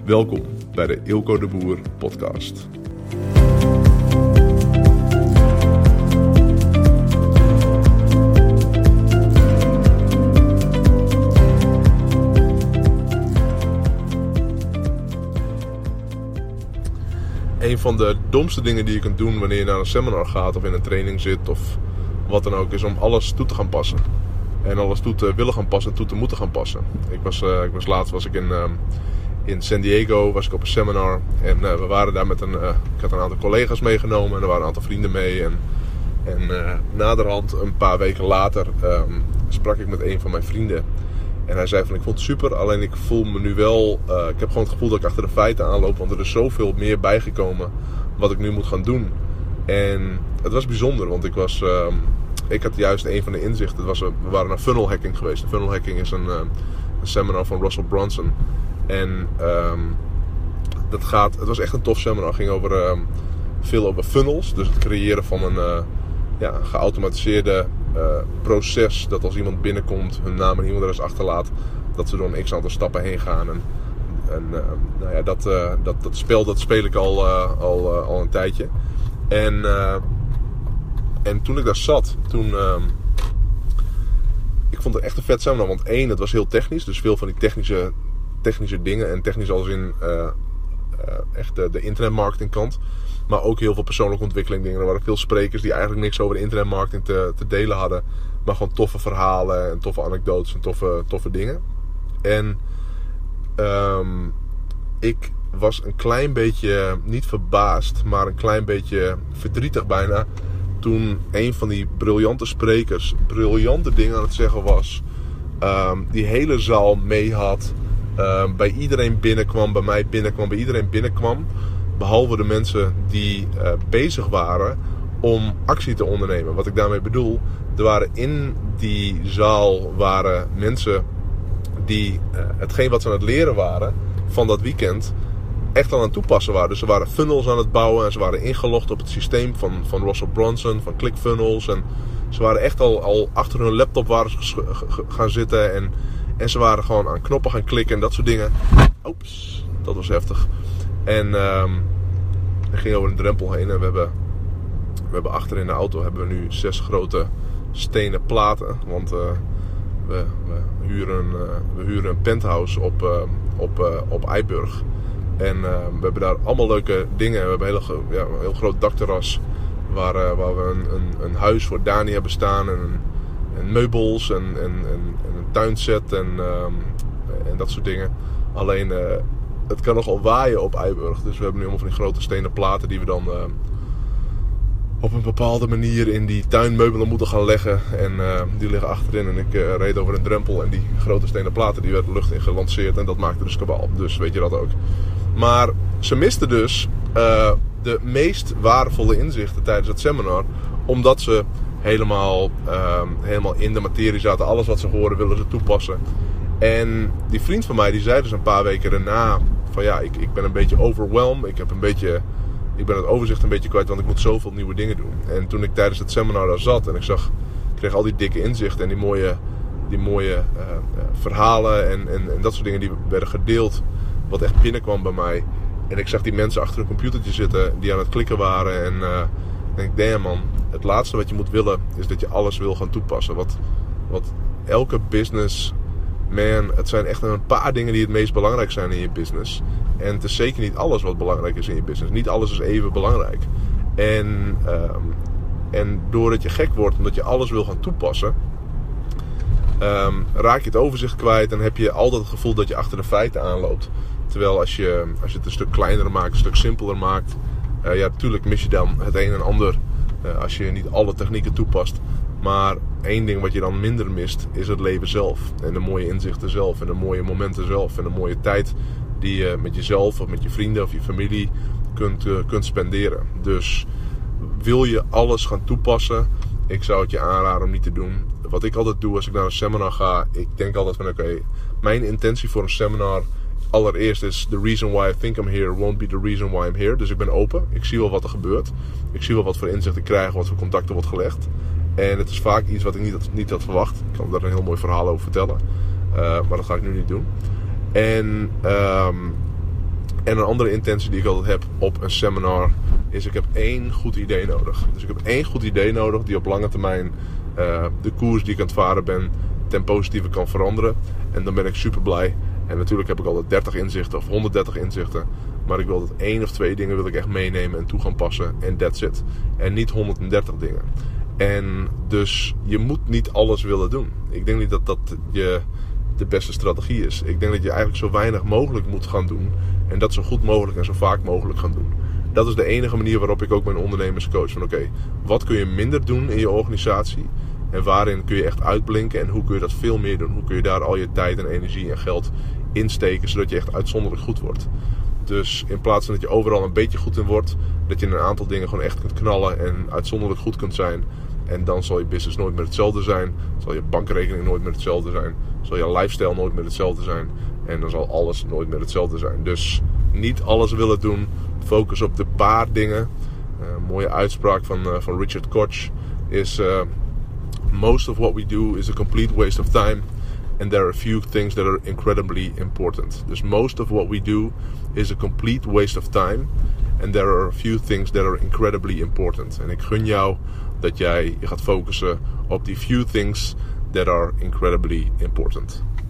Welkom bij de Eelco de Boer podcast. Een van de domste dingen die je kunt doen wanneer je naar een seminar gaat of in een training zit of wat dan ook, is om alles toe te gaan passen. En alles toe te willen gaan passen en toe te moeten gaan passen. Laatst in San Diego was ik op een seminar en we waren daar met ik had een aantal collega's meegenomen en er waren een aantal vrienden mee. En naderhand, een paar weken later, sprak ik met een van mijn vrienden. En hij zei van, ik vond het super, alleen ik voel me nu wel, ik heb gewoon het gevoel dat ik achter de feiten aanloop, want er is zoveel meer bijgekomen wat ik nu moet gaan doen. En het was bijzonder, want ik had juist een van de inzichten. We waren naar funnel hacking geweest. Funnel hacking is een seminar van Russell Brunson. En het was echt een tof seminar. Het ging veel over funnels. Dus het creëren van een geautomatiseerde proces. Dat als iemand binnenkomt, hun naam en e-mailadres achterlaat, dat ze door een x-aantal stappen heen gaan. Dat speel ik al een tijdje. En toen ik daar zat, ik vond het echt een vet seminar. Want het was heel technisch. Dus veel van die technische dingen. En technisch als in echt de internetmarketing kant. Maar ook heel veel persoonlijke ontwikkeling dingen. Er waren veel sprekers die eigenlijk niks over de internetmarketing te delen hadden. Maar gewoon toffe verhalen en toffe anekdotes en toffe dingen. En ik was een klein beetje, niet verbaasd, maar een klein beetje verdrietig bijna. Toen een van die briljante sprekers briljante dingen aan het zeggen was. Die hele zaal mee had. Bij iedereen binnenkwam, bij mij binnenkwam, bij iedereen binnenkwam. Behalve de mensen die bezig waren om actie te ondernemen. Wat ik daarmee bedoel, er waren in die zaal mensen die hetgeen wat ze aan het leren waren van dat weekend echt aan het toepassen waren. Dus ze waren funnels aan het bouwen en ze waren ingelogd op het systeem van Russell Brunson, van ClickFunnels. En ze waren echt al achter hun laptop gaan zitten en ze waren gewoon aan knoppen gaan klikken en dat soort dingen. Oeps, dat was heftig. En we gingen over een drempel heen en we hebben achter in de auto nu 6 grote stenen platen. Want we huren een penthouse op Eiburg. En we hebben daar allemaal leuke dingen. We hebben een heel groot dakterras waar we een huis voor Dani hebben staan. En meubels en een tuinset en dat soort dingen. Alleen het kan nogal waaien op Eiburg. Dus we hebben nu allemaal van die grote stenen platen die we dan op een bepaalde manier in die tuinmeubelen moeten gaan leggen. En die liggen achterin en ik reed over een drempel. En die grote stenen platen die werden de lucht in gelanceerd. En dat maakte dus kabaal. Dus weet je dat ook. Maar ze misten dus de meest waardevolle inzichten tijdens het seminar. Omdat ze helemaal in de materie zaten. Alles wat ze horen willen ze toepassen. En die vriend van mij die zei dus een paar weken daarna van ik ben een beetje overwhelmed. Ik ben het overzicht een beetje kwijt, want ik moet zoveel nieuwe dingen doen. En toen ik tijdens het seminar daar zat en ik kreeg al die dikke inzichten en die mooie verhalen en dat soort dingen die werden gedeeld, wat echt binnenkwam bij mij. En ik zag die mensen achter een computertje zitten die aan het klikken waren. En ik denk, damn man, het laatste wat je moet willen is dat je alles wil gaan toepassen. Wat elke business, man, het zijn echt een paar dingen die het meest belangrijk zijn in je business. En het is zeker niet alles wat belangrijk is in je business. Niet alles is even belangrijk. En doordat je gek wordt omdat je alles wil gaan toepassen, raak je het overzicht kwijt en heb je altijd het gevoel dat je achter de feiten aanloopt. Terwijl als je het een stuk kleiner maakt, een stuk simpeler maakt, natuurlijk mis je dan het een en ander als je niet alle technieken toepast. Maar één ding wat je dan minder mist is het leven zelf. En de mooie inzichten zelf en de mooie momenten zelf en de mooie tijd die je met jezelf of met je vrienden of je familie kunt spenderen. Dus wil je alles gaan toepassen, ik zou het je aanraden om niet te doen. Wat ik altijd doe als ik naar een seminar ga, ik denk altijd van oké, mijn intentie voor een seminar allereerst is the reason why I think I'm here won't be the reason why I'm here. Dus ik ben open, ik zie wel wat er gebeurt. Ik zie wel wat voor inzicht ik krijg, wat voor contacten wordt gelegd. En het is vaak iets wat ik niet had verwacht. Ik kan daar een heel mooi verhaal over vertellen. Maar dat ga ik nu niet doen. En En een andere intentie die ik altijd heb op een seminar is: ik heb 1 goed idee nodig. Dus ik heb 1 goed idee nodig die op lange termijn de koers die ik aan het varen ben ten positieve kan veranderen. En dan ben ik super blij. En natuurlijk heb ik altijd 30 inzichten of 130 inzichten. Maar ik wil dat 1 of 2 dingen wil ik echt meenemen en toe gaan passen. En that's it. En niet 130 dingen. En dus je moet niet alles willen doen. Ik denk niet dat dat de beste strategie is. Ik denk dat je eigenlijk zo weinig mogelijk moet gaan doen. En dat zo goed mogelijk en zo vaak mogelijk gaan doen. Dat is de enige manier waarop ik ook mijn ondernemers coach. Van oké, wat kun je minder doen in je organisatie? En waarin kun je echt uitblinken? En hoe kun je dat veel meer doen? Hoe kun je daar al je tijd en energie en geld insteken, zodat je echt uitzonderlijk goed wordt? Dus in plaats van dat je overal een beetje goed in wordt, dat je in een aantal dingen gewoon echt kunt knallen en uitzonderlijk goed kunt zijn. En dan zal je business nooit meer hetzelfde zijn. Zal je bankrekening nooit meer hetzelfde zijn. Zal je lifestyle nooit meer hetzelfde zijn. En dan zal alles nooit meer hetzelfde zijn. Dus niet alles willen doen. Focus op de paar dingen. Een mooie uitspraak van Richard Koch is: most of what we do is a complete waste of time. And there are a few things that are incredibly important. Dus most of what we do is a complete waste of time. And there are a few things that are incredibly important. En ik gun jou dat jij je gaat focussen op die few things that are incredibly important.